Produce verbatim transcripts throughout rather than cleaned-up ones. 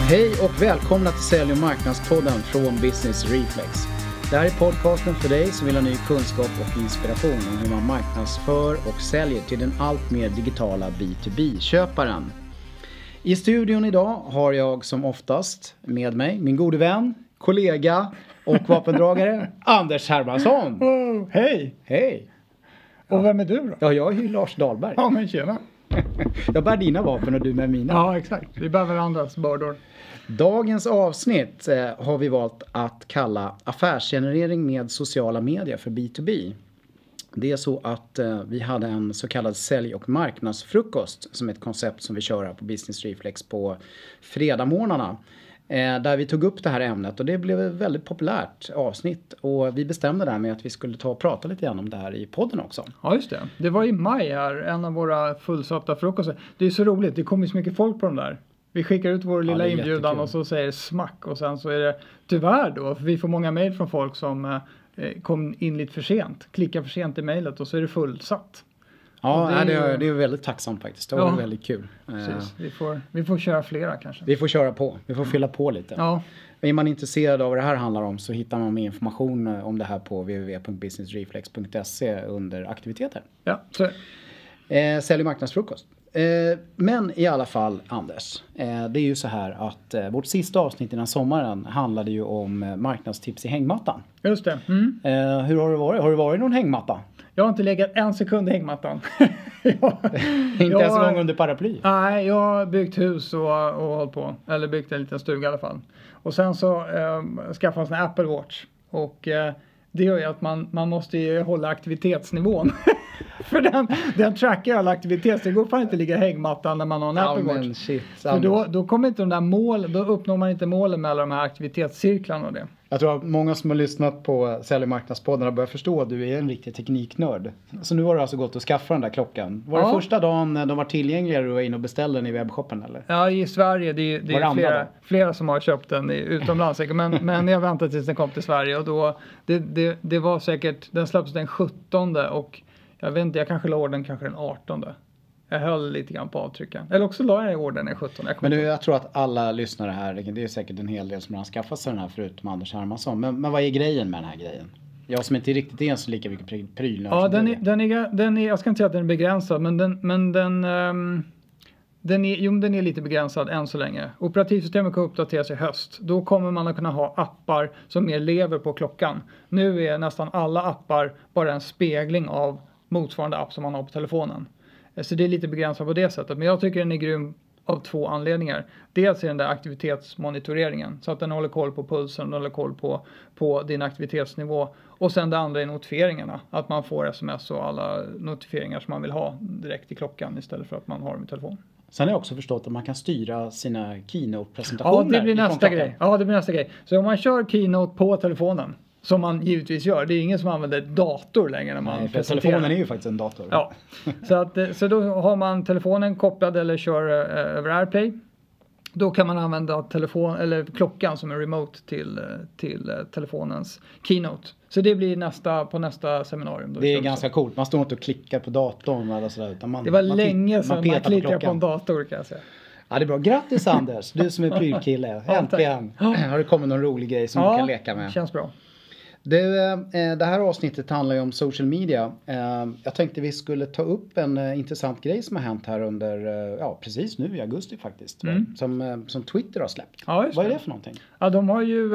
Hej och välkomna till Sälj- och marknadspodden från Business Reflex. Det här är podcasten för dig som vill ha ny kunskap och inspiration om hur man marknadsför och säljer till den allt mer digitala B to B-köparen. I studion idag har jag som oftast med mig min gode vän, kollega och vapendragare Anders Hermansson. Oh, hej! Hej! Och vem är du då? Ja, jag är ju Lars Dahlberg. Ja, men tjena. Jag bär dina vapen och du med mina. Ja, exakt. Vi bär varandras bördor. Dagens avsnitt eh, har vi valt att kalla affärsgenerering med sociala medier för B to B. Det är så att eh, vi hade en så kallad sälj- och marknadsfrukost som är ett koncept som vi kör här på Business Reflex på fredagmorgnarna. Eh, där vi tog upp det här ämnet och det blev ett väldigt populärt avsnitt. Och vi bestämde där med att vi skulle ta och prata lite grann om det här i podden också. Ja, just det. Det var i maj här, en av våra fullsatta frukoster. Det är så roligt, det kommer så mycket folk på de där. Vi skickar ut vår lilla ja, inbjudan jättekul. Och så säger det smack. Och sen så är det tyvärr då, för vi får många mejl från folk som eh, kom in lite för sent. Klickar för sent i mejlet och så är det fullsatt. Ja, det är, det är, ju... det är väldigt tacksamt faktiskt. Det var ja, väldigt kul. Precis. Vi får, vi får köra flera kanske. Vi får köra på. Vi får fylla på lite. Ja. Är man intresserad av vad det här handlar om så hittar man mer information om det här på w w w punkt business reflex punkt se under aktiviteter. Ja, så. Eh, sälj- och marknadsfrukost. Eh, men i alla fall, Anders. Eh, det är ju så här att eh, vårt sista avsnitt innan sommaren handlade ju om eh, marknadstips i hängmattan. Just det. Mm. Eh, hur har det varit? Har det varit någon hängmatta? Jag har inte legat en sekund i hängmattan. jag, inte jag, ens en gång under paraply? Nej, jag har byggt hus och, och hållit på. Eller byggt en liten stuga i alla fall. Och sen så eh, skaffade jag en Apple Watch. Och eh, det gör ju att man, man måste ju hålla aktivitetsnivån. För den, den trackar alla aktiviteter. Det går fan inte ligga i hängmattan när man har en ja, Apple Watch. Men shit, För då, då kommer inte de där mål, då uppnår man inte målen med alla de här aktivitetscirklarna och det. Jag tror att många som har lyssnat på Sälj- och marknadspodden har börjat förstå att du är en riktig tekniknörd. Så nu har du alltså gått och skaffat den där klockan. Var ja. det första dagen de var tillgängliga du var in och beställde den i webbshoppen eller? Ja, i Sverige. Det, det är flera, flera som har köpt den utomlands. Men, men jag väntade tills den kom till Sverige. Och då, det, det, det var säkert, den släpptes den sjuttonde och jag vet inte, jag kanske la orden kanske den artonde. Jag höll lite grann på avtrycken. Eller också la jag i orden den sjuttonde. Men nu, jag tror att alla lyssnare här, det är säkert en hel del som har skaffat sig den här förutom Anders Hermansson. Men, men vad är grejen med den här grejen? Jag som inte riktigt är så lika mycket pry, prylnörd. Ja, den är, den, är, den är, jag ska inte säga att den är begränsad, men den, men den, um, den, är, jo, den är lite begränsad än så länge. Operativsystemet kan uppdateras i höst. Då kommer man att kunna ha appar som mer lever på klockan. Nu är nästan alla appar bara en spegling av motsvarande app som man har på telefonen. Så det är lite begränsat på det sättet. Men jag tycker den är grym av två anledningar. Dels är den där aktivitetsmonitoreringen. Så att den håller koll på pulsen, den håller koll på, på din aktivitetsnivå. Och sen det andra är notifieringarna. Att man får sms och alla notifieringar som man vill ha direkt i klockan istället för att man har dem i telefon. Sen har jag också förstått att man kan styra sina Keynote-presentationer. Ja, det blir nästa grej. Ja, det blir nästa grej. Så om man kör Keynote på telefonen, som man givetvis gör. Det är ingen som använder dator längre när man Nej, för presenterar. telefonen är ju faktiskt en dator. Ja, så, att, så då har man telefonen kopplad eller kör uh, över AirPlay. Då kan man använda telefon, eller klockan som en remote till, till uh, telefonens Keynote. Så det blir nästa, på nästa seminarium. Då det är ganska coolt. Man står inte och klickar på datorn eller sådär. Utan man, det var man länge sedan man, man klickade på, på en dator kan jag säga. Ja, det är bra. Grattis Anders, du som är prylkille. Äntligen har det kommit någon rolig grej som ja, du kan leka med. Känns bra. Det, det här avsnittet handlar ju om social media. Jag tänkte vi skulle ta upp en intressant grej som har hänt här under, ja precis nu i augusti faktiskt. Mm. Som, som Twitter har släppt. Ja, vad är det för någonting? Ja, de har ju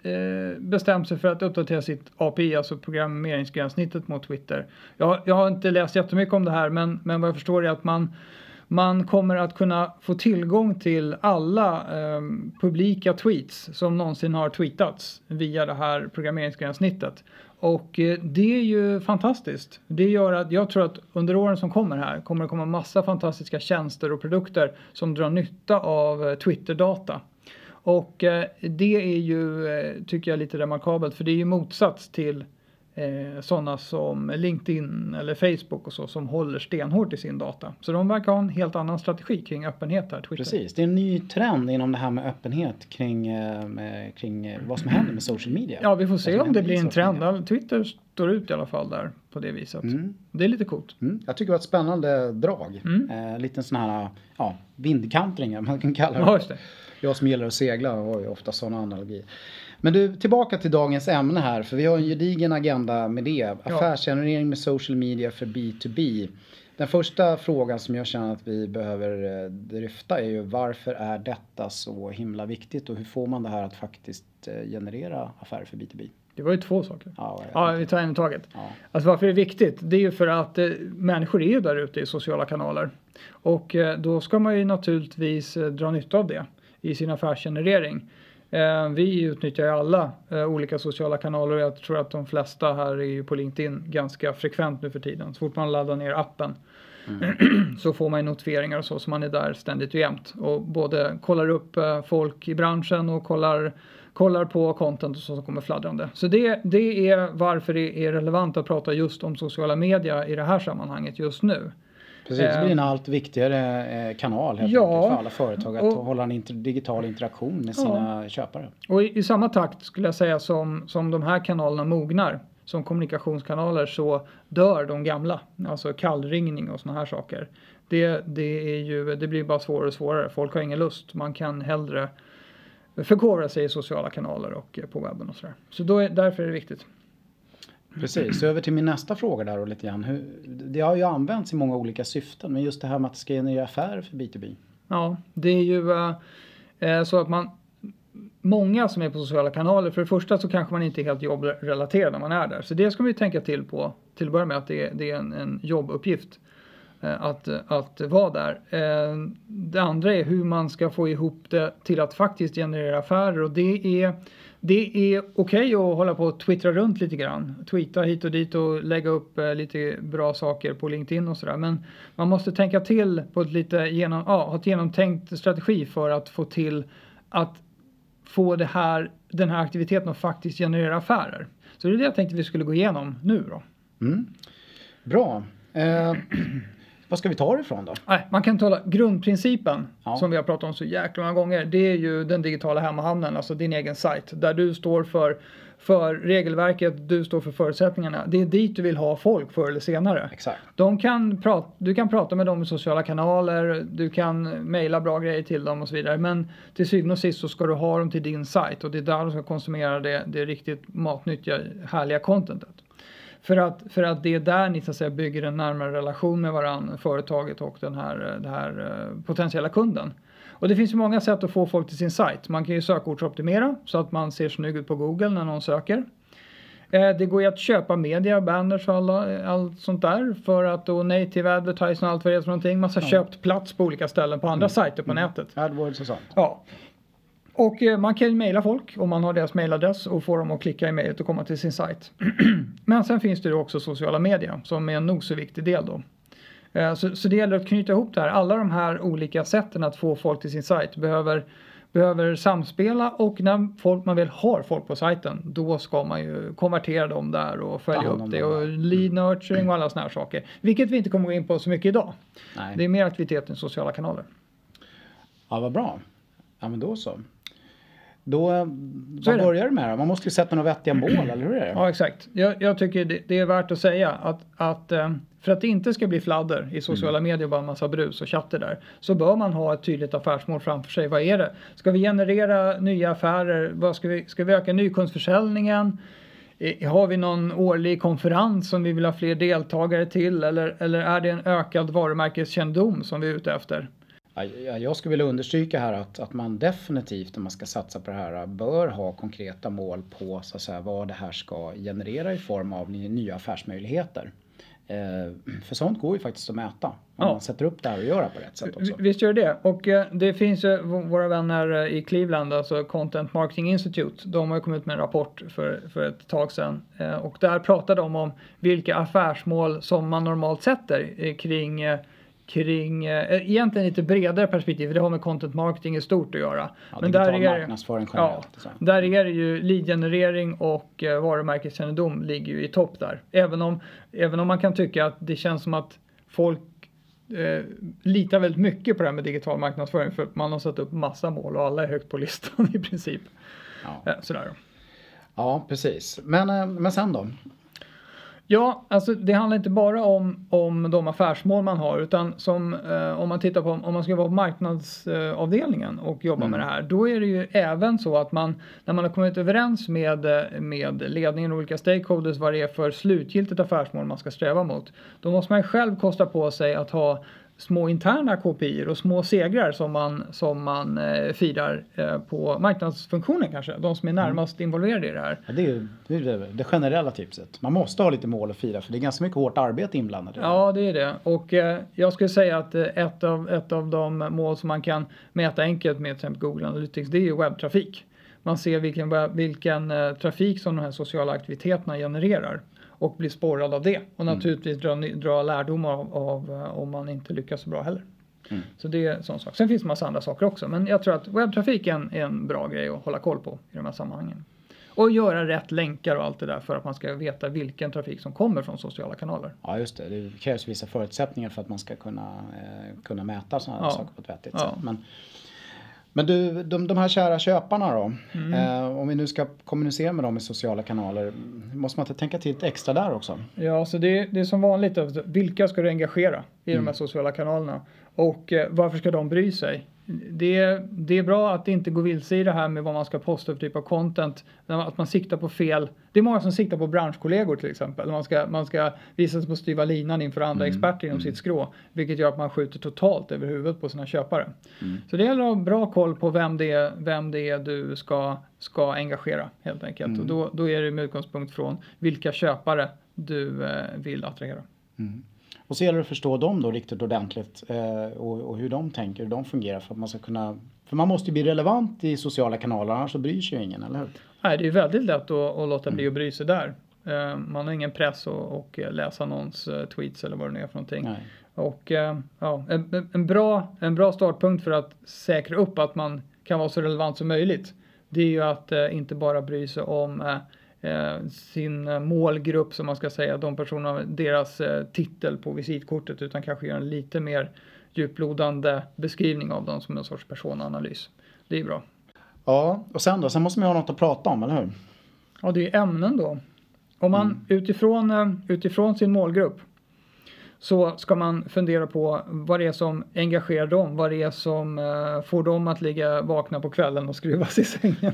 eh, bestämt sig för att uppdatera sitt A P I, alltså programmeringsgränssnittet mot Twitter. Jag, jag har inte läst jättemycket om det här, men, men vad jag förstår är att man Man kommer att kunna få tillgång till alla eh, publika tweets som någonsin har tweetats via det här programmeringsgränssnittet. Och eh, det är ju fantastiskt. Det gör att jag tror att under åren som kommer här kommer det komma massa fantastiska tjänster och produkter som drar nytta av eh, Twitter-data. Och eh, det är ju, eh, tycker jag, lite remarkabelt, för det är ju motsats till Eh, sådana som LinkedIn eller Facebook och så som håller stenhårt i sin data. Så de verkar ha en helt annan strategi kring öppenhet här, Twitter. Precis, det är en ny trend inom det här med öppenhet kring, eh, med, kring eh, vad som händer med social media. Ja, vi får se om det blir en trend. Media. Twitter står ut i alla fall där på det viset. Mm. Det är lite coolt. Mm. Jag tycker det var ett spännande drag. Mm. Eh, lite sån här ja, vindkantringar man kan kalla det. Ja, just det. Jag som gillar att segla har ju ofta sådana analogier. Men du, tillbaka till dagens ämne här, för vi har en gedigen agenda med det. Affärsgenerering med social media för B to B. Den första frågan som jag känner att vi behöver dryfta är ju varför är detta så himla viktigt och hur får man det här att faktiskt generera affärer för B to B? Det var ju två saker. Ja, ja vi tar en i taget. Ja. Alltså varför det är viktigt? Det är ju för att eh, människor är ju där ute i sociala kanaler. Och eh, då ska man ju naturligtvis eh, dra nytta av det i sin affärsgenerering. Eh, vi utnyttjar ju alla eh, olika sociala kanaler och jag tror att de flesta här är ju på LinkedIn ganska frekvent nu för tiden. Så fort man laddar ner appen mm. så får man notifieringar och så, så man är där ständigt och jämt. Och både kollar upp eh, folk i branschen och kollar, kollar på content och så som kommer fladdrande. Så det, det är varför det är relevant att prata just om sociala medier i det här sammanhanget just nu. Precis, det blir en allt viktigare kanal helt ja, för alla företag att och, hålla en inter, digital interaktion med sina ja. köpare. Och i, i samma takt skulle jag säga som, som de här kanalerna mognar som kommunikationskanaler så dör de gamla. Alltså kallringning och såna här saker. Det, det, är ju, det blir bara svårare och svårare. Folk har ingen lust. Man kan hellre förkovra sig i sociala kanaler och på webben och sådär. Så då är, därför är det viktigt. Precis, så över till min nästa fråga där och lite grann. Hur, det har ju använts i många olika syften, men just det här med att det ska generera affärer för B to B. Ja, det är ju äh, så att man, många som är på sociala kanaler, för det första så kanske man inte är helt jobbrelaterad när man är där. Så det ska man ju tänka till på, till att börja med att det är, det är en, en jobbuppgift äh, att, att vara där. Äh, det andra är hur man ska få ihop det till att faktiskt generera affärer och det är Det är okej att hålla på och twittra runt lite grann. Tweeta hit och dit och lägga upp eh, lite bra saker på LinkedIn och sådär. Men man måste tänka till på ett lite genom, ja, ha ett genomtänkt strategi för att få till att få det här, den här aktiviteten att faktiskt generera affärer. Så det är det jag tänkte vi skulle gå igenom nu då. Mm. Bra. Eh, vad ska vi ta det ifrån då? Nej, man kan tala grundprincipen ja. som vi har pratat om så jäkla många gånger. Det är ju den digitala hemmahamnen, alltså din egen sajt. Där du står för, för regelverket, du står för förutsättningarna. Det är dit du vill ha folk förr eller senare. Exakt. De kan prata, du kan prata med dem i sociala kanaler, du kan mejla bra grejer till dem och så vidare. Men till syvende och sist så ska du ha dem till din sajt. Och det är där de ska konsumera det, det riktigt matnyttiga, härliga contentet. För att, för att det är där ni så att säga bygger en närmare relation med varandra, företaget och den här, den här potentiella kunden. Och det finns ju många sätt att få folk till sin sajt. Man kan ju sökordsoptimera så att man ser snygg ut på Google när någon söker. Det går ju att köpa media, banners och alla, allt sånt där. För att då native advertising och allt vad det är för någonting. Man har ja. köpt plats på olika ställen på andra mm. sajter på mm. nätet. AdWords och sånt. Ja. Och man kan ju mejla folk om man har deras mejladress och få dem att klicka i mejlet och komma till sin sajt. Men sen finns det ju också sociala medier som är en nog så viktig del då. Så, så det gäller att knyta ihop det här. Alla de här olika sätten att få folk till sin sajt behöver, behöver samspela och när folk, man väl har folk på sajten då ska man ju konvertera dem där och följa ja, upp det och lead nurturing och alla såna här saker. Vilket vi inte kommer gå in på så mycket idag. Nej. Det är mer aktivitet i sociala kanaler. Ja, vad bra. Ja, men då så. Då, vad börjar du med då? Man måste ju sätta några vettiga mål, eller hur är det? Ja, exakt. Jag, jag tycker det, det är värt att säga att, att för att det inte ska bli fladder i sociala mm. medier och bara en massa brus och chatter där, så bör man ha ett tydligt affärsmål framför sig. Vad är det? Ska vi generera nya affärer? Vad ska vi, ska vi öka nykundsförsäljningen? Har vi någon årlig konferens som vi vill ha fler deltagare till? Eller, eller är det en ökad varumärkeskännedom som vi är ute efter? Jag skulle vilja understryka här att, att man definitivt när man ska satsa på det här bör ha konkreta mål på så att säga, vad det här ska generera i form av nya affärsmöjligheter. Eh, för sånt går ju faktiskt att mäta om ja. man sätter upp det här och gör det på rätt sätt också. Visst gör det. Och eh, det finns ju våra vänner i Cleveland, alltså Content Marketing Institute. De har ju kommit med en rapport för, för ett tag sedan. Eh, och där pratar de om vilka affärsmål som man normalt sätter eh, kring eh, kring eh, egentligen lite bredare perspektiv. Det har med content marketing i stort att göra. Ja, men där är, ja, där är det ju lead-generering och eh, varumärkeskännedom ligger ju i topp där. Även om, även om man kan tycka att det känns som att folk eh, litar väldigt mycket på det här med digital marknadsföring för att man har satt upp massa mål och alla är högt på listan i princip. Ja, eh, sådär. Ja precis. Men, eh, men sen då? Ja, alltså det handlar inte bara om, om de affärsmål man har, utan som eh, om man tittar på om man ska vara på marknadsavdelningen och jobba mm. med det här, då är det ju även så att man, när man har kommit överens med, med ledningen och olika stakeholders vad det är för slutgiltigt affärsmål man ska sträva mot, då måste man själv kosta på sig att ha små interna K P I och små segrar som man, som man eh, firar eh, på marknadsfunktionen kanske. De som är närmast mm. involverade i det här. Ja, det är ju det, är det, det generella tipset. Man måste ha lite mål att fira för det är ganska mycket hårt arbete inblandat. Ja, det är det. Och eh, jag skulle säga att eh, ett, av, ett av de mål som man kan mäta enkelt med till exempel Google Analytics, det är ju webbtrafik. Man ser vilken, vilken eh, trafik som de här sociala aktiviteterna genererar. Och bli spårad av det. Och naturligtvis dra, dra lärdom av, av om man inte lyckas så bra heller. Mm. Så det är en sån sak. Sen finns det massa andra saker också. Men jag tror att webbtrafik är en, är en bra grej att hålla koll på i de här sammanhangen. Och göra rätt länkar och allt det där för att man ska veta vilken trafik som kommer från sociala kanaler. Ja, just det. Det krävs vissa förutsättningar för att man ska kunna, eh, kunna mäta sådana ja. saker på ett vettigt ja. sätt. Men, men du, de, de här kära köparna då. Mm. Eh, om vi nu ska kommunicera med dem i sociala kanaler. Måste man inte tänka till ett extra där också? Ja, så det, det är som vanligt. Vilka ska du engagera i mm. de här sociala kanalerna? Och eh, varför ska de bry sig? Det, det är bra att det inte går vilse i det här med vad man ska posta för typ av content. Att man siktar på fel. Det är många som siktar på branschkollegor till exempel. Man ska, man ska visa sig på styva linan inför andra mm. experter inom mm. sitt skrå. Vilket gör att man skjuter totalt över huvudet på sina köpare. Mm. Så det gäller att ha bra koll på vem det är, vem det är du ska, ska engagera helt enkelt. Mm. Och då, då är det med utgångspunkt från vilka köpare du eh, vill attrahera. Mm. Och så gäller det att förstå dem då riktigt ordentligt eh, och, och hur de tänker, hur de fungerar för att man ska kunna... För man måste ju bli relevant i sociala kanaler, annars så bryr sig ju ingen, eller hur? Nej, det är väldigt lätt att, att låta bli att bry sig där. Eh, man har ingen press att och läsa någons eh, tweets eller vad det är för någonting. Nej. Och eh, ja, en, en, bra, en bra startpunkt för att säkra upp att man kan vara så relevant som möjligt, det är ju att eh, inte bara bry sig om... Eh, sin målgrupp som man ska säga, de personerna, deras titel på visitkortet, utan kanske göra en lite mer djuplodande beskrivning av dem som en sorts personanalys. Det är bra. Ja, och sen då? Sen måste man ha något att prata om, eller hur? Ja, det är ämnen då. Om man mm. utifrån, utifrån sin målgrupp så ska man fundera på vad det är som engagerar dem, vad det är som uh, får dem att ligga vakna på kvällen och skruvas i sängen.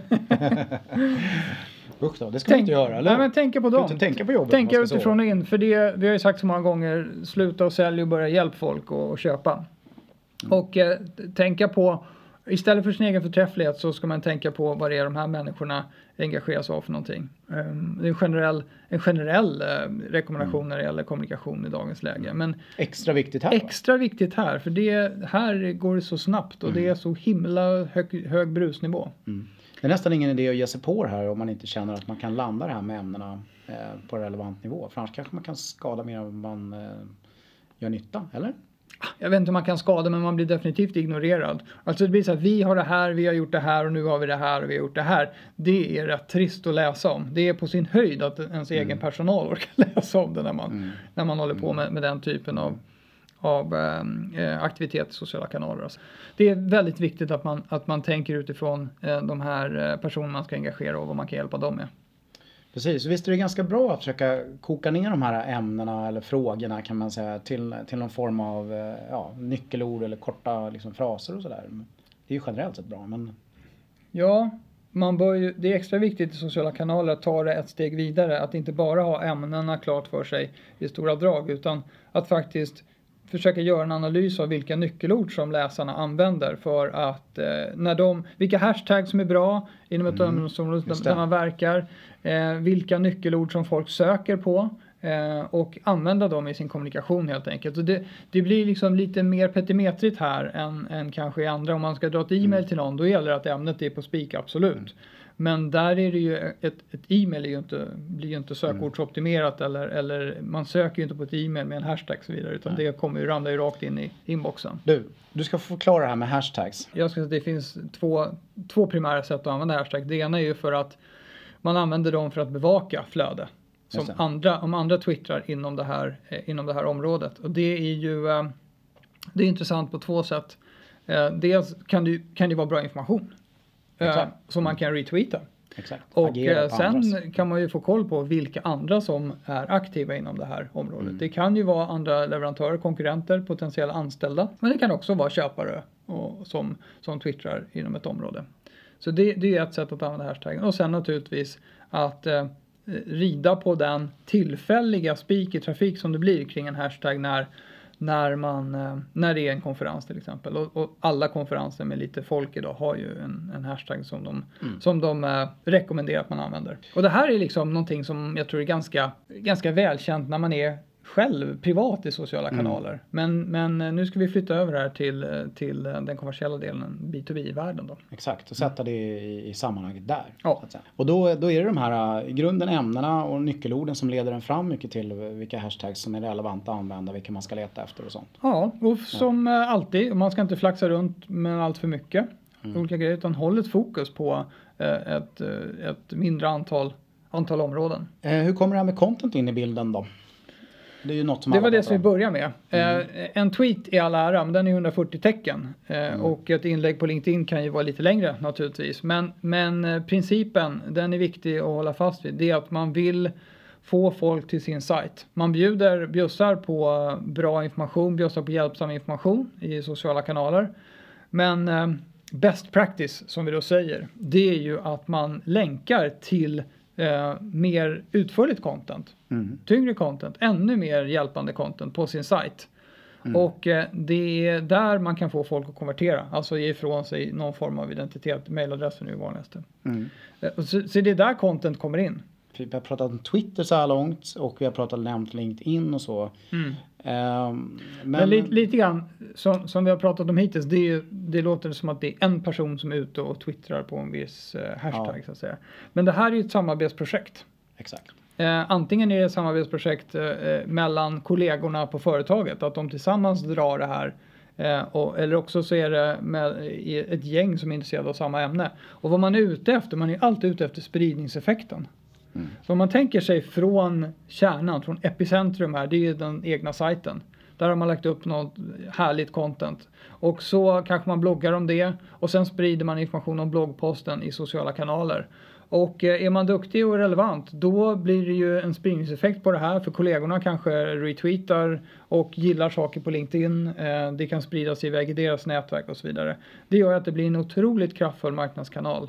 Usch då, det ska Tänk, man inte göra, eller? Nej, men tänka på dem. Tänka på jobbet. Tänka utifrån och in, för det, vi har ju sagt så många gånger, sluta och sälja och börja hjälpa folk och, och köpa. Mm. Och eh, tänka på, istället för sin egen förträfflighet så ska man tänka på vad det är de här människorna engageras av för någonting. Um, det är en generell, en generell uh, rekommendation mm. när det gäller kommunikation i dagens läge. Men extra viktigt här. Extra va? viktigt här, för det, här går det så snabbt och mm. det är så himla hög, hög brusnivå. Mm. Det är nästan ingen idé att ge sig på det här om man inte känner att man kan landa det här med ämnena eh, på relevant nivå. För annars kanske man kan skada mer än man eh, gör nytta, eller? Jag vet inte om man kan skada, men man blir definitivt ignorerad. Alltså det blir så att vi har det här, vi har gjort det här och nu har vi det här och vi har gjort det här. Det är rätt trist att läsa om. Det är på sin höjd att ens mm. egen personal orkar läsa om det när man, mm. när man håller på med, med den typen av av eh, aktivitet i sociala kanaler. Alltså. Det är väldigt viktigt att man, att man tänker utifrån eh, de här personerna man ska engagera och vad man kan hjälpa dem med. Precis, visst är det ganska bra att försöka koka ner de här ämnena eller frågorna kan man säga till, till någon form av ja, nyckelord eller korta liksom, fraser och sådär. Det är ju generellt sett bra, men... Ja, man bör ju, det är extra viktigt i sociala kanaler att ta det ett steg vidare. Att inte bara ha ämnena klart för sig i stora drag, utan att faktiskt försöka göra en analys av vilka nyckelord som läsarna använder för att eh, när de, vilka hashtags som är bra inom ett område mm, där man verkar, eh, vilka nyckelord som folk söker på eh, och använda dem i sin kommunikation helt enkelt. Så det, det blir liksom lite mer petimetrigt här än, än kanske i andra. Om man ska dra ett e-mail mm. till någon, då gäller det att ämnet är på spik, absolut. Mm. Men där är det ju, ett, ett e-mail är ju inte, blir ju inte sökordsoptimerat mm. eller, eller man söker ju inte på ett e-mail med en hashtag och så vidare, utan Nej. det kommer ju ramla ju rakt in i inboxen. Du, du ska förklara det här med hashtags. Jag ska säga att det finns två, två primära sätt att använda hashtag. Det ena är ju för att man använder dem för att bevaka flöde. Som andra, om andra twittrar inom det här, eh, inom det här området. Och det är ju eh, det är intressant på två sätt. Eh, dels kan det, kan det vara bra information. Uh, som man kan retweeta. Exakt. Och Agera eh, på sen andras. kan man ju få koll på vilka andra som är aktiva inom det här området. Mm. Det kan ju vara andra leverantörer, konkurrenter, potentiella anställda. Men det kan också vara köpare och, som, som twittrar inom ett område. Så det, det är ett sätt att använda hashtaggen. Och sen naturligtvis att eh, rida på den tillfälliga spik i trafik som det blir kring en hashtag när, när, man, eh, när det är en konferens till exempel. Och, och alla konferenser med lite folk idag har ju en, en hashtag som de, mm. som de eh, rekommenderar att man använder. Och det här är liksom någonting som jag tror är ganska, ganska välkänt när man är själv privat i sociala kanaler. Mm. Men, men nu ska vi flytta över här till, till den kommersiella delen, B to B-världen då. Exakt, och sätta det i, i sammanhanget där. Ja. Så att säga. Och då, då är det de här i grunden ämnena och nyckelorden som leder en fram mycket till vilka hashtags som är relevanta att använda, vilka man ska leta efter och sånt. Ja, och som ja. alltid, man ska inte flaxa runt med allt för mycket. Mm. Olika grejer, utan håll ett fokus på ett, ett mindre antal, antal områden. Eh, hur kommer det här med content in i bilden då? Det, är ju något som det var det som vi började med. Mm. Eh, en tweet är all ära, men den är hundrafyrtio tecken. Eh, mm. Och ett inlägg på LinkedIn kan ju vara lite längre naturligtvis. Men, men eh, principen, den är viktig att hålla fast vid. Det är att man vill få folk till sin sajt. Man bjuder, bjussar på bra information, bjussar på hjälpsam information i sociala kanaler. Men eh, best practice, som vi då säger, det är ju att man länkar till Uh, mer utförligt content, mm. tyngre content, ännu mer hjälpande content på sin sajt. Mm. Och uh, det är där man kan få folk att konvertera, alltså ge ifrån sig någon form av identitet, mailadressen är ju vanligaste. Mm. Uh, så, så det är där content kommer in. Vi har pratat om Twitter så här långt och vi har pratat nämnt LinkedIn och så. Mm. Um, men men lite, lite grann som, som vi har pratat om hittills, det, är, det låter som att det är en person som är ute och twittrar på en viss uh, hashtag, ja. Så att säga. Men det här är ju ett samarbetsprojekt. Exakt. Uh, antingen är det ett samarbetsprojekt uh, mellan kollegorna på företaget, att de tillsammans drar det här. Uh, och, eller också så är det med ett gäng som är intresserade av samma ämne. Och vad man är ute efter, man är alltid ute efter spridningseffekten. Mm. Så om man tänker sig från kärnan, från epicentrum här, det är den egna sajten. Där har man lagt upp något härligt content. Och så kanske man bloggar om det och sen sprider man information om bloggposten i sociala kanaler. Och är man duktig och relevant, då blir det ju en spridningseffekt på det här. För kollegorna kanske retweetar och gillar saker på LinkedIn. Det kan spridas iväg i deras nätverk och så vidare. Det gör att det blir en otroligt kraftfull marknadskanal.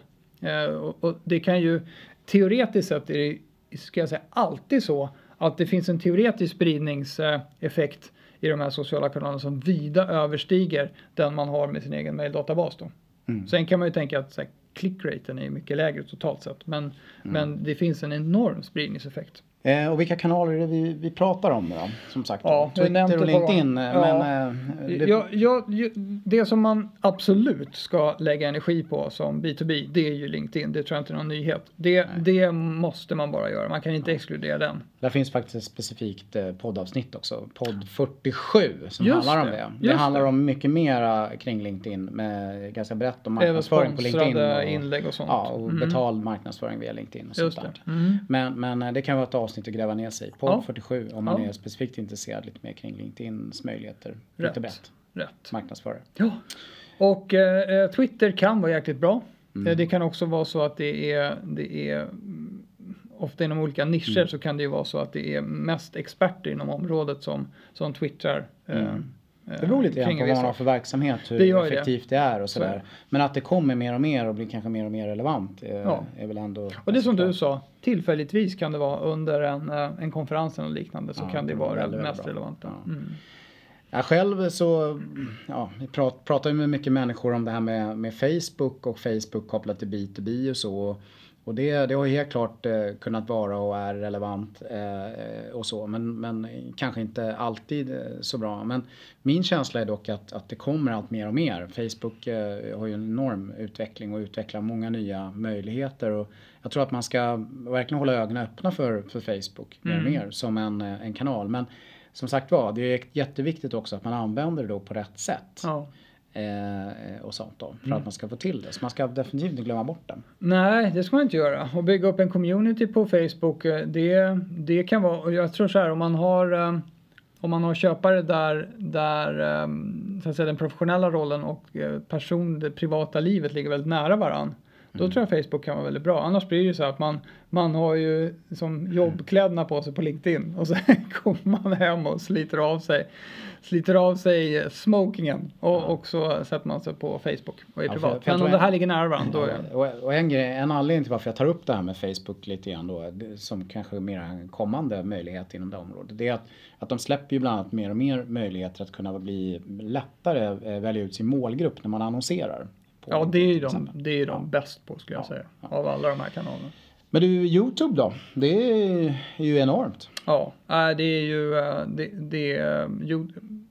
Och det kan ju... Teoretiskt sett är det, ska jag säga, alltid så att det finns en teoretisk spridningseffekt i de här sociala kanalerna som vida överstiger den man har med sin egen maildatabas då. Mm. Sen kan man ju tänka att så här, clickraten är mycket lägre totalt sett, men, mm. men det finns en enorm spridningseffekt. Eh, och vilka kanaler är det vi, vi pratar om då? Som sagt, ja, Twitter och LinkedIn. Ja. Men, eh, det... Ja, ja, det som man absolut ska lägga energi på som B to B, det är ju LinkedIn. Det tror jag inte är någon nyhet. Det, det måste man bara göra. Man kan inte ja. exkludera den. Där finns faktiskt ett specifikt eh, poddavsnitt också. Podd fyrtiosju som just handlar om det. det. Det handlar det. om mycket mera kring LinkedIn. Med ganska brett om marknadsföring på LinkedIn. Och, inlägg och sånt. Ja, och mm. betald marknadsföring via LinkedIn. Och sånt där. Mm. Men, men det kan vara ett avsnitt att gräva ner sig. Podd ja. fyrtiosju om man ja. är specifikt intresserad lite mer kring LinkedIns möjligheter. Rätt. Lite brett. Rätt. Marknadsförare. Ja. Och eh, Twitter kan vara jäkligt bra. Mm. Det kan också vara så att det är, det är ofta inom olika nischer mm. så kan det ju vara så att det är mest experter inom området som, som twittrar. Mm. Eh, det beror lite grann på vad man har för verksamhet, hur det effektivt det. det är och sådär. Så. Men att det kommer mer och mer och blir kanske mer och mer relevant är, ja. är väl ändå... Och det som du sa, tillfälligtvis kan det vara under en, en konferens eller liknande så ja, kan det vara väldigt, mest väldigt relevanta. Ja. Mm. Jag själv så, ja, vi pratar, pratar ju med mycket människor om det här med, med Facebook och Facebook kopplat till B to B och så. Och det, det har helt klart eh, kunnat vara och är relevant eh, och så. Men, men kanske inte alltid eh, så bra. Men min känsla är dock att, att det kommer allt mer och mer. Facebook eh, har ju en enorm utveckling och utvecklar många nya möjligheter. Och jag tror att man ska verkligen hålla ögonen öppna för, för Facebook mer och mm. mer som en, en kanal. Men som sagt var, det är jätteviktigt också att man använder det då på rätt sätt. Ja. Eh, och sånt då, för mm. att man ska få till det. Så man ska definitivt inte glömma bort den. Nej, det ska man inte göra. Och bygga upp en community på Facebook, det, det kan vara, och jag tror så här, om man har um, om man har köpare där, där um, så att säga, den professionella rollen och uh, person, det privata livet ligger väldigt nära varann. Då mm. tror jag Facebook kan vara väldigt bra. Annars blir det ju så att man, man har ju som jobbkläderna på sig på LinkedIn. Och sen kommer man hem och sliter av sig. Sliter av sig smokingen. Och, ja. och så sätter man sig på Facebook och är ja, privat. Men om det här ligger nära varandra. Då ja, och, och en, grej, en anledning till varför jag tar upp det här med Facebook lite grann då. Som kanske är mer en kommande möjlighet inom det området. Det är att, att de släpper ju bland annat mer och mer möjligheter att kunna bli lättare välja ut sin målgrupp när man annonserar. Ja, det är ju de, det är de ja. bäst på skulle jag ja. säga. Ja. Av alla de här kanalerna. Men du, YouTube då? Det är ju enormt. Ja, det är ju det, det är ju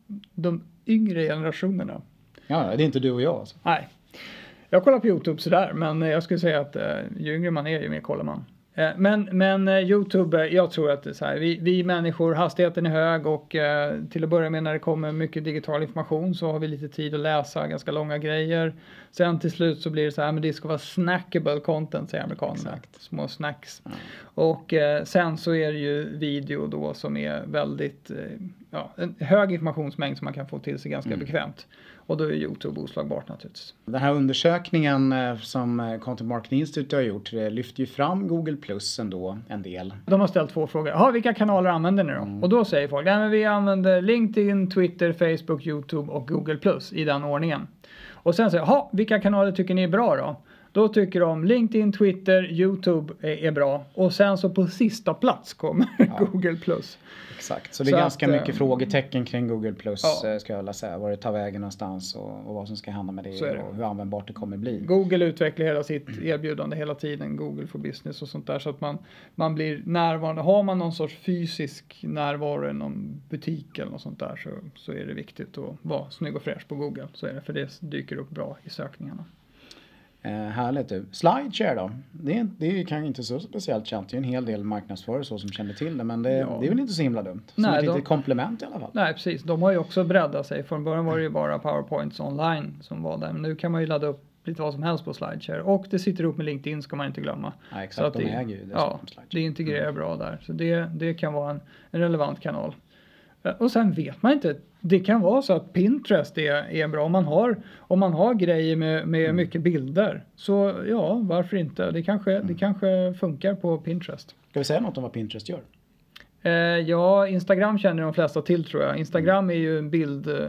de yngre generationerna. Ja, det är inte du och jag alltså. Nej. Jag kollar på YouTube sådär, men jag skulle säga att ju yngre man är, ju mer kollar man. Men, men YouTube, jag tror att det är så här, vi, vi människor, hastigheten är hög och eh, till att börja med när det kommer mycket digital information så har vi lite tid att läsa ganska långa grejer. Sen till slut så blir det så här, men det ska vara snackable content, säger amerikanerna. Exakt. Små snacks. Mm. Och eh, sen så är det ju video då som är väldigt, eh, ja, en hög informationsmängd som man kan få till sig ganska mm. bekvämt. Och då är YouTube oslagbart naturligtvis. Den här undersökningen som Content Marketing Institute har gjort lyfter ju fram Google Plus ändå en del. De har ställt två frågor. Jaha, vilka kanaler använder ni då? Mm. Och då säger folk, nej men vi använder LinkedIn, Twitter, Facebook, YouTube och Google Plus i den ordningen. Och sen säger jag, jaha, vilka kanaler tycker ni är bra då? Då tycker de LinkedIn, Twitter, YouTube är, är bra. Och sen så på sista plats kommer ja. Google Plus. Exakt, så det är så ganska att, mycket äh, frågetecken kring Google Plus ja. ska jag vilja säga. Var det tar vägen någonstans och, och vad som ska hända med det, det och hur användbart det kommer bli. Google utvecklar hela sitt erbjudande hela tiden, Google for Business och sånt där. Så att man, man blir närvarande. Har man någon sorts fysisk närvaro i någon butik eller något sånt där så, så är det viktigt att vara snygg och fräsch på Google. Så är det, för det dyker upp bra i sökningarna. Eh, härligt du. Slideshare då? Det är, det är kanske inte så speciellt känt. Det är en hel del marknadsförare så som känner till det. Men det, ja. det är väl inte så himla dumt. Som nej, ett de, litet komplement i alla fall. Nej, precis. De har ju också breddat sig. Från början var det ju bara PowerPoints online som var där. Men nu kan man ju ladda upp lite vad som helst på Slideshare. Och det sitter ihop med LinkedIn ska man inte glömma. Ja, exakt. Så att de det, äger ju det. Ja, det integrerar mm. bra där. Så det, det kan vara en, en relevant kanal. Och sen vet man inte. Det kan vara så att Pinterest är, är bra. Om man har, om man har grejer med, med mm. mycket bilder. Så ja, varför inte? Det kanske, mm. det kanske funkar på Pinterest. Ska vi säga något om vad Pinterest gör? Eh, ja, Instagram känner de flesta till tror jag. Instagram mm. är ju en bild, eh,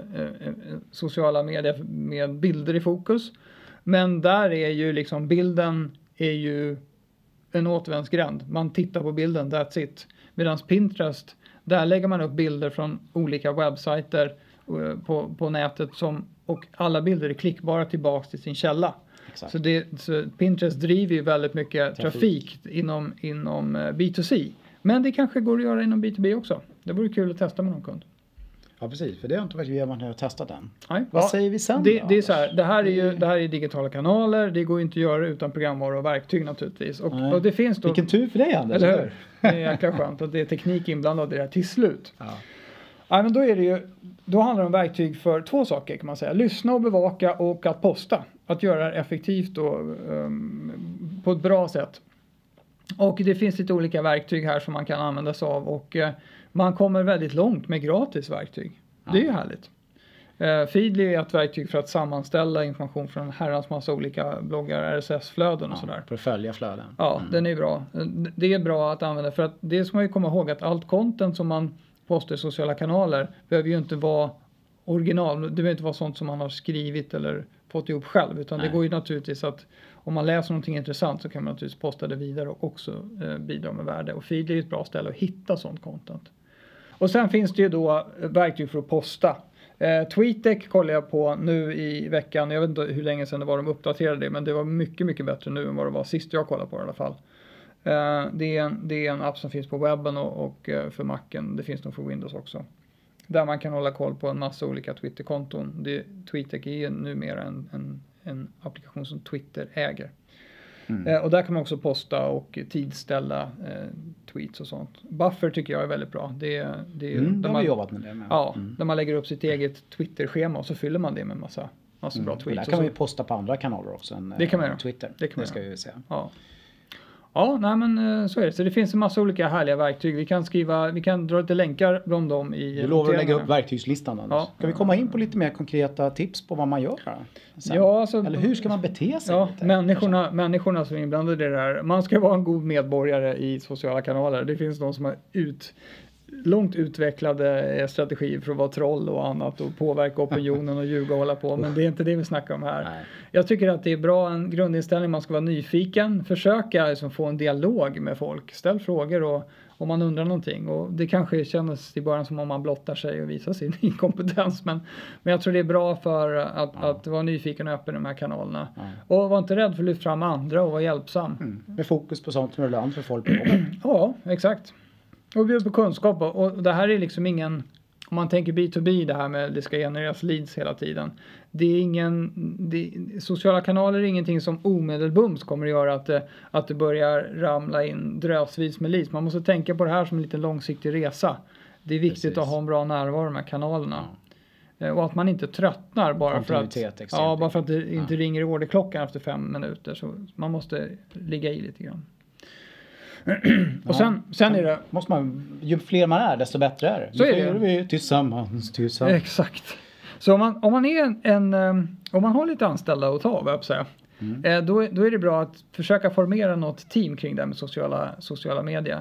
sociala medier med bilder i fokus. Men där är ju liksom bilden är ju en återvändsgränd. Man tittar på bilden, that's it. Medan Pinterest, där lägger man upp bilder från olika webbsajter på, på nätet som, och alla bilder är klickbara tillbaka till sin källa. Exakt. Så, det, så Pinterest driver ju väldigt mycket trafik, trafik inom, inom B två C. Men det kanske går att göra inom B två B också. Det vore kul att testa med någon kund. Ja, precis. För det har inte varit vi har testat än. Nej. Vad ja, säger vi sen det, då? Det är så här, det här är ju det här är digitala kanaler. Det går inte att göra utan programvaror och verktyg naturligtvis. Och, och det finns då, vilken tur för dig, Anders. Eller hur? Det är jäkla skönt att det är teknik inblandad i det här till slut. Ja. Ja, men då är det ju, då handlar det om verktyg för två saker kan man säga. Lyssna och bevaka och att posta. Att göra det effektivt och um, på ett bra sätt. Och det finns lite olika verktyg här som man kan använda sig av. Och uh, man kommer väldigt långt med gratis verktyg. Ja. Det är ju härligt. Uh, Feedly är ett verktyg för att sammanställa information från en herrans massa olika bloggar, R S S-flöden och ja, sådär. För att följa flöden. Ja, mm. den är bra. Det är bra att använda för att det ska man ju komma ihåg att allt content som man postar i sociala kanaler behöver ju inte vara original. Det behöver inte vara sånt som man har skrivit eller fått ihop själv. Utan Nej. Det går ju naturligtvis att om man läser någonting intressant så kan man naturligtvis posta det vidare och också eh, bidra med värde. Och Feedly är ett bra ställe att hitta sånt content. Och sen finns det ju då verktyg för att posta. Eh, TweetDeck kollar jag på nu i veckan. Jag vet inte hur länge sedan det var de uppdaterade det. Men det var mycket, mycket bättre nu än vad det var sist jag kollade på det i alla fall. Uh, det, är en, det är en app som finns på webben och, och uh, för Macen. Det finns nog för Windows också. Där man kan hålla koll på en massa olika Twitter-konton. Det, TweetDeck är numera en, en, en applikation som Twitter äger. Mm. Uh, och där kan man också posta och tidställa uh, tweets och sånt. Buffer tycker jag är väldigt bra. Det, det, mm, det har man, vi jobbat med det med. Ja, mm. där man lägger upp sitt eget Twitter-schema och så fyller man det med en massa, massa mm. bra tweets. Och där kan man ju posta på andra kanaler också än det kan man göra. Twitter. Det kan man det ska göra. vi säga. Ja. Ja, nej men så är det. Så det finns en massa olika härliga verktyg. Vi kan skriva, vi kan dra lite länkar om dem i... Du lovar att lägga upp verktygslistan. Ja. Ska vi komma in på lite mer konkreta tips på vad man gör sen? Ja, alltså, eller hur ska man bete sig? Ja, lite? människorna, människorna som är inblandade i det här. Man ska vara en god medborgare i sociala kanaler. Det finns de som har ut... långt utvecklade strategier för att vara troll och annat och påverka opinionen och ljuga och hålla på, men det är inte det vi snackar om här. Nej. Jag tycker att det är bra, en grundinställning, man ska vara nyfiken, försöka liksom få en dialog med folk, ställ frågor och om man undrar någonting, och det kanske känns i början som om man blottar sig och visar sin inkompetens, men, men jag tror det är bra för att, ja. att vara nyfiken och öppen i de här kanalerna. Ja. Och var inte rädd för att lyfta fram andra och vara hjälpsam. Mm. Med fokus på sånt som är relevant för folk på jobbet. Ja, exakt. Och bjuda på kunskap, och det här är liksom ingen, om man tänker B to B, det här med det ska genereras leads hela tiden. Det är ingen, det, sociala kanaler är ingenting som omedelbums kommer att göra att det, att det börjar ramla in drösvis med leads. Man måste tänka på det här som en liten långsiktig resa. Det är viktigt Precis. att ha en bra närvaro i de här kanalerna. Ja. Och att man inte tröttnar bara för att, ja, bara för att det inte ja. ringer i orderklockan efter fem minuter. Så man måste ligga i lite grann. Och sen, sen är det... Måste man, ju fler man är, desto bättre är det. Så är det. Vi tillsammans, tillsammans. Exakt. Så om man, om man är en, en... Om man har lite anställda att ta, vad jag säga. Mm. Då, då är det bra att försöka formera något team kring det med sociala, sociala medier.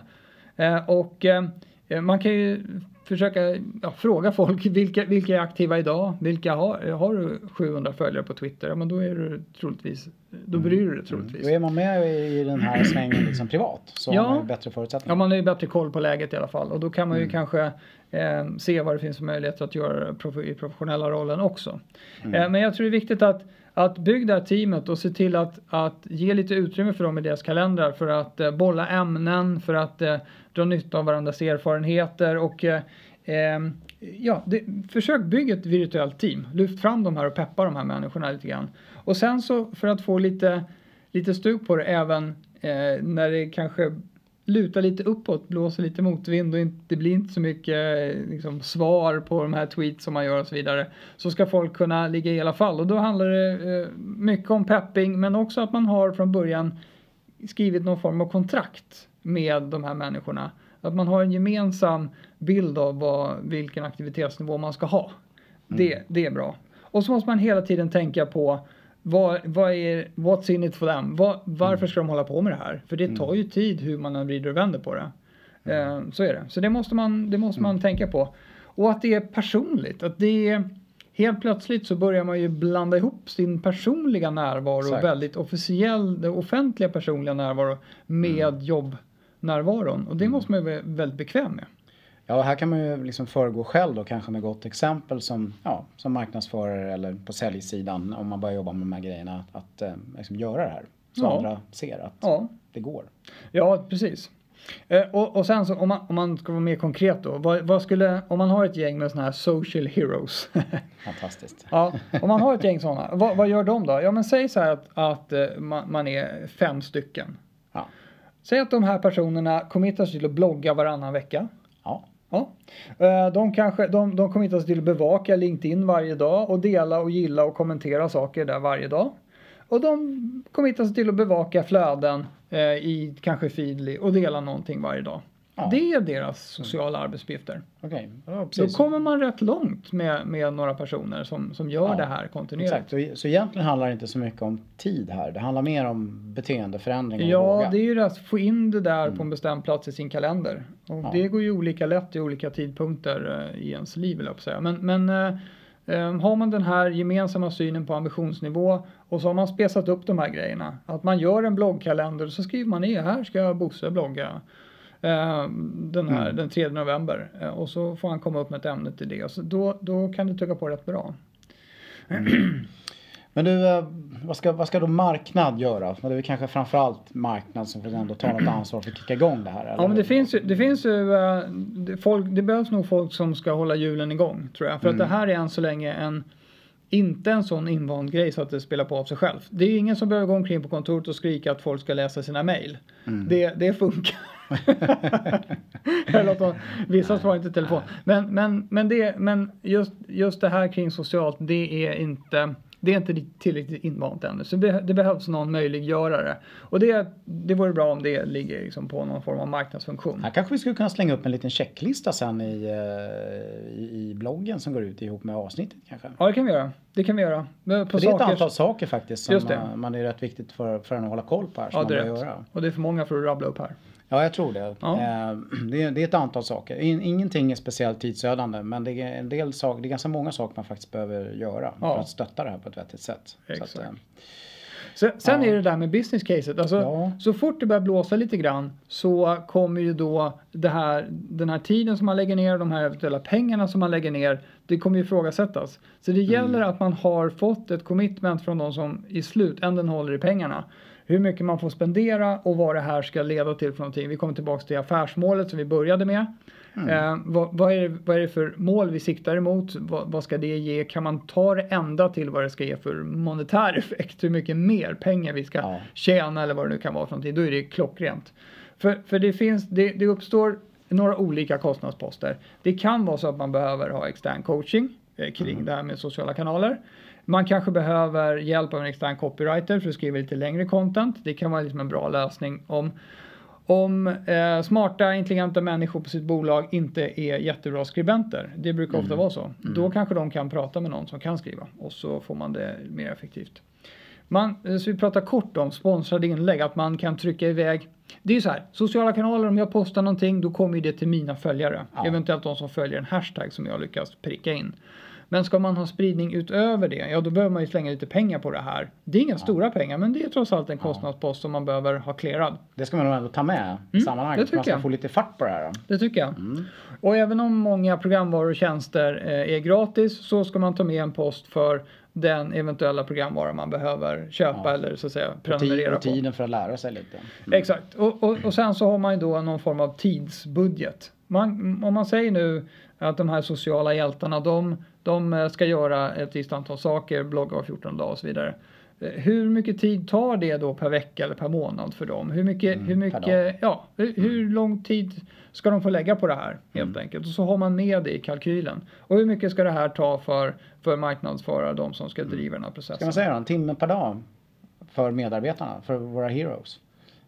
Och man kan ju försöka ja, fråga folk, vilka, vilka är aktiva idag? Vilka har, har du sjuhundra följare på Twitter? Ja, men då är du troligtvis, då bryr du dig troligtvis. Mm. Då är man med i den här svängen liksom privat, så ja. man har bättre förutsättningar. Ja, man har ju bättre koll på läget i alla fall. Och då kan man ju mm. kanske eh, se vad det finns för möjligheter att göra prof- i professionella rollen också. Mm. Eh, men jag tror det är viktigt att Att bygga det här teamet och se till att, att ge lite utrymme för dem i deras kalendrar för att eh, bolla ämnen, för att eh, dra nytta av varandras erfarenheter och eh, eh, ja, det, försök bygga ett virtuellt team. Lyft fram de här och peppa de här människorna lite grann. Och sen så för att få lite, lite stuk på det även eh, när det kanske luta lite uppåt, blåser lite motvind och inte, det blir inte så mycket liksom, svar på de här tweets som man gör och så vidare, så ska folk kunna ligga i alla fall. Och då handlar det eh, mycket om pepping, men också att man har från början skrivit någon form av kontrakt med de här människorna. Att man har en gemensam bild av vad, vilken aktivitetsnivå man ska ha. Mm. Det, det är bra. Och så måste man hela tiden tänka på Vad, vad är, what's in it for them? Var, varför ska de hålla på med det här? För det tar ju tid hur man vrider och vänder på det. Mm. Eh, så är det. Så det måste man, det måste man mm. tänka på. Och att det är personligt. Att det är, helt plötsligt så börjar man ju blanda ihop sin personliga närvaro, Exakt. väldigt officiell, den offentliga personliga närvaro med mm. jobbnärvaron. Och det måste man ju vara väldigt bekväm med. Ja, här kan man ju liksom föregå själv då, kanske med gott exempel som, ja, som marknadsförare eller på säljsidan, om man börjar jobba med de här grejerna, att, att eh, liksom göra det här så ja. andra ser att ja. det går. Ja, precis. Eh, och, och sen så om man, om man ska vara mer konkret då, vad, vad skulle, om man har ett gäng med såna här social heroes. Fantastiskt. Ja, om man har ett gäng sådana, vad, vad gör de då? Ja, men säg så här att, att man, man är fem stycken. Ja. Säg att de här personerna committar sig till att blogga varannan vecka. Ja. Ja. De, kanske, de, de committar sig till att bevaka LinkedIn varje dag och dela och gilla och kommentera saker där varje dag. Och de committar sig till att bevaka flöden eh, i kanske Feedly och dela någonting varje dag. Ja. Det är deras sociala arbetsuppgifter. Okay. Ja, då kommer man rätt långt med, med några personer som, som gör ja. det här kontinuerligt. Exakt. Så, så egentligen handlar det inte så mycket om tid här. Det handlar mer om beteendeförändring och Ja, våga. det är ju att få in det där mm. på en bestämd plats i sin kalender. Och ja. det går ju olika lätt i olika tidpunkter uh, i ens liv, vill jag säga. Men, men uh, um, har man den här gemensamma synen på ambitionsnivå och så har man spesat upp de här grejerna. Att man gör en bloggkalender och så skriver man ner, här ska Bosse blogga. Den här, mm. den tredje november. Och så får han komma upp med ett ämne till det. Och så då, då kan du trycka på rätt bra. Mm. Men du, vad ska, vad ska då marknad göra? Det är kanske framförallt marknad som får ändå ta något ansvar för att kicka igång det här. Eller? Ja, men det finns ju, det finns ju det, folk, det behövs nog folk som ska hålla hjulen igång, tror jag. För mm. att det här är än så länge en inte en sån invand grej så att det spelar på av sig själv. Det är ingen som behöver gå omkring på kontoret och skrika att folk ska läsa sina mejl. Mm. Det, det funkar. Eller att vissa svarar inte i telefon. Men, men, men, det, men just, just det här kring socialt, det är inte, Det är inte tillräckligt invant ännu. Så det, det behövs någon möjliggörare. Och det, det vore bra om det ligger liksom på någon form av marknadsfunktion. Här kanske vi skulle kunna slänga upp en liten checklista sen i, i, i bloggen som går ut ihop med avsnittet kanske. Ja, det kan vi göra. Det kan vi göra. På för det är ett antal saker faktiskt som man, man är rätt viktigt för, för en att hålla koll på här. Ja, det är man göra. Och det är för många för att rabbla upp här. Ja, jag tror det. Ja. Det, är, det är ett antal saker. Ingenting är speciellt tidsödande, men det är en del saker, det är ganska många saker man faktiskt behöver göra ja. för att stötta det här på ett vettigt sätt. Exakt. Så att, sen sen ja. är det där med business caset. Alltså, ja. Så fort det börjar blåsa lite grann så kommer ju då det här, den här tiden som man lägger ner, de här eventuella pengarna som man lägger ner, det kommer ju ifrågasättas. Så det gäller mm. att man har fått ett commitment från de som i slutändan håller i pengarna. Hur mycket man får spendera och vad det här ska leda till för någonting. Vi kommer tillbaka till affärsmålet som vi började med. Mm. Eh, vad, vad, är det, vad är det för mål vi siktar emot? Vad, vad ska det ge? Kan man ta det ända till vad det ska ge för monetär effekt? Hur mycket mer pengar vi ska ja. tjäna eller vad det nu kan vara för någonting. Då är det klockrent. För, för det, finns, det, det uppstår några olika kostnadsposter. Det kan vara så att man behöver ha extern coaching eh, kring mm. det här med sociala kanaler. Man kanske behöver hjälp av en extern copywriter för att skriva lite längre content. Det kan vara liksom en bra lösning om, om eh, smarta, intelligenta människor på sitt bolag inte är jättebra skribenter. Det brukar mm. ofta vara så. Mm. Då kanske de kan prata med någon som kan skriva och så får man det mer effektivt. Man, så vi pratar kort om sponsrade inlägg, att man kan trycka iväg. Det är ju så här, sociala kanaler, om jag postar någonting då kommer det till mina följare. Ja. Eventuellt de som följer en hashtag som jag lyckas pricka in. Men ska man ha spridning utöver det, ja då behöver man ju slänga lite pengar på det här. Det är inga ja. stora pengar, men det är trots allt en kostnadspost som man behöver ha clearad. Det ska man nog ändå ta med i mm, sammanhanget. Man ska jag. få lite fart på det här. Då. Det tycker jag. Mm. Och även om många programvaror och tjänster eh, är gratis så ska man ta med en post för den eventuella programvara man behöver köpa ja. eller så att säga prenumerera på. Och tiden för att lära sig lite. Mm. Exakt. Och, och, och sen så har man ju då någon form av tidsbudget. Man, om man säger nu att de här sociala hjältarna, de, de ska göra ett visst antal saker, blogga var fjorton dagar och så vidare. Hur mycket tid tar det då per vecka eller per månad för dem? Hur mycket, mm, hur mycket, ja, hur, hur lång tid ska de få lägga på det här helt mm. enkelt? Och så har man med det i kalkylen. Och hur mycket ska det här ta för, för marknadsföra de som ska driva mm. den här processen? Ska man säga då, en timme per dag för medarbetarna, för våra heroes?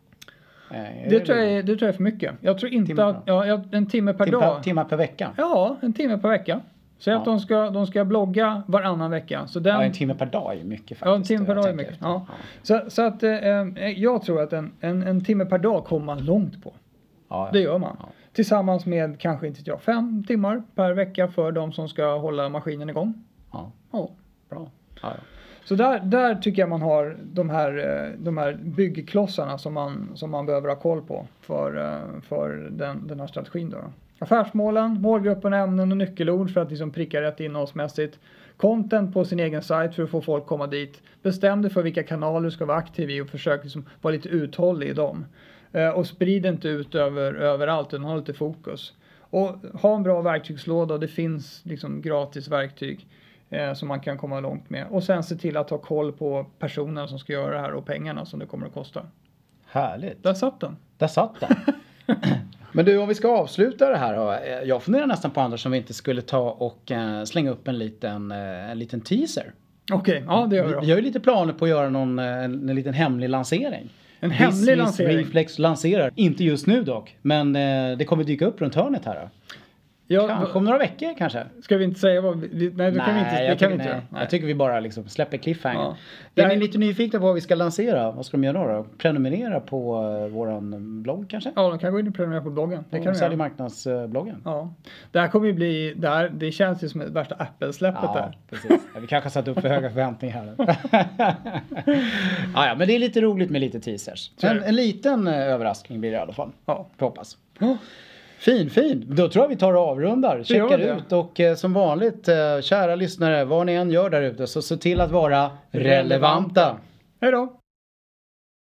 Det, det, tror jag är, det tror jag är för mycket. Jag tror inte att, ja, en timme per Tim, dag. Timmar per vecka? Ja, en timme per vecka. Så ja. att de ska, de ska blogga varannan vecka. Så den, ja, en timme per dag är mycket faktiskt. Ja, en timme per dag är mycket. Ja. Ja. Så, så att eh, jag tror att en, en, en timme per dag kommer man långt på. Ja, ja. Det gör man. Ja. Tillsammans med kanske inte jag, fem timmar per vecka för de som ska hålla maskinen igång. Ja, ja. Bra. Ja, ja. Så där, där tycker jag man har de här, de här byggklossarna som man, som man behöver ha koll på för, för den, den här strategin då. Affärsmålen, målgruppen, ämnen och nyckelord för att liksom pricka rätt innehållsmässigt. Content på sin egen sajt för att få folk komma dit. Bestäm dig för vilka kanaler du ska vara aktiv i och försök liksom vara lite uthållig i dem. Och sprid inte ut över, överallt utan ha lite fokus. Och ha en bra verktygslåda, det finns liksom gratis verktyg eh, som man kan komma långt med. Och sen se till att ha koll på personerna som ska göra det här och pengarna som det kommer att kosta. Härligt. Där satt den. Där satt den. Men du, om vi ska avsluta det här då. Jag funderar nästan på andra som vi inte skulle ta och uh, slänga upp en liten, uh, en liten teaser. Okej, okay, ja det gör jag. Vi, vi har ju lite planer på att göra någon, en, en liten hemlig lansering. En hemlig Viss, lansering? Reflex lanserar. Inte just nu dock. Men uh, det kommer dyka upp runt hörnet här då. Ja, kanske om några veckor kanske. Ska vi inte säga vad vi... Nej, nej, kan vi inte, det jag, kan tycker, vi inte nej. nej. jag tycker vi bara liksom släpper cliffhanger. Ja. Det är ni lite nyfikna på vad vi ska lansera? Vad ska de göra då? Prenumerera på uh, våran blogg kanske? Ja, de kan gå in och prenumerera på bloggen. Det kan Sälj marknadsbloggen. Ja. Det här kommer ju bli... Det, här, det känns ju som det värsta Apple-släppet ja, där. Precis. Ja, vi kanske har satt upp för höga förväntningar här. ja, ja, men det är lite roligt med lite teasers. En, en liten uh, överraskning blir det i alla fall. Ja. Får hoppas. Ja. Fin, fin. Då tror jag vi tar och avrundar. Checkar ut och eh, som vanligt, eh, kära lyssnare, vad ni än gör där ute så se till att vara relevanta. Hej då!